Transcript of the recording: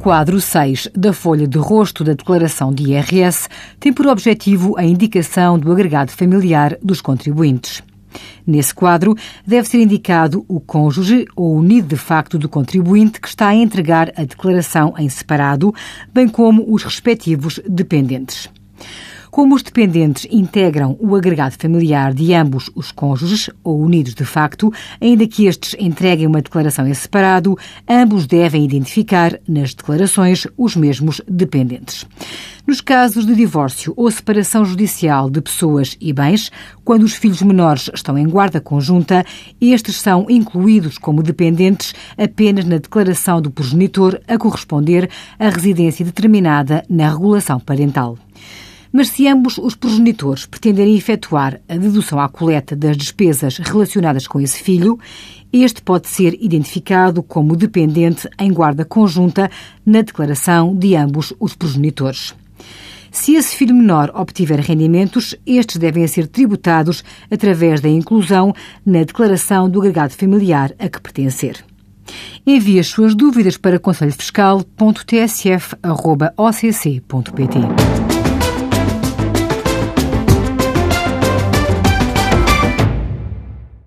quadro 6 da folha de rosto da Declaração de IRS tem por objetivo a indicação do agregado familiar dos contribuintes. Nesse quadro, deve ser indicado o cônjuge ou unido de facto do contribuinte que está a entregar a declaração em separado, bem como os respectivos dependentes. Como os dependentes integram o agregado familiar de ambos os cônjuges ou unidos de facto, ainda que estes entreguem uma declaração em separado, ambos devem identificar nas declarações os mesmos dependentes. Nos casos de divórcio ou separação judicial de pessoas e bens, quando os filhos menores estão em guarda conjunta, estes são incluídos como dependentes apenas na declaração do progenitor a corresponder à residência determinada na regulação parental. Mas se ambos os progenitores pretenderem efetuar a dedução à coleta das despesas relacionadas com esse filho, este pode ser identificado como dependente em guarda conjunta na declaração de ambos os progenitores. Se esse filho menor obtiver rendimentos, estes devem ser tributados através da inclusão na declaração do agregado familiar a que pertencer. Envie as suas dúvidas para conselhofiscal.tsf.occ.pt.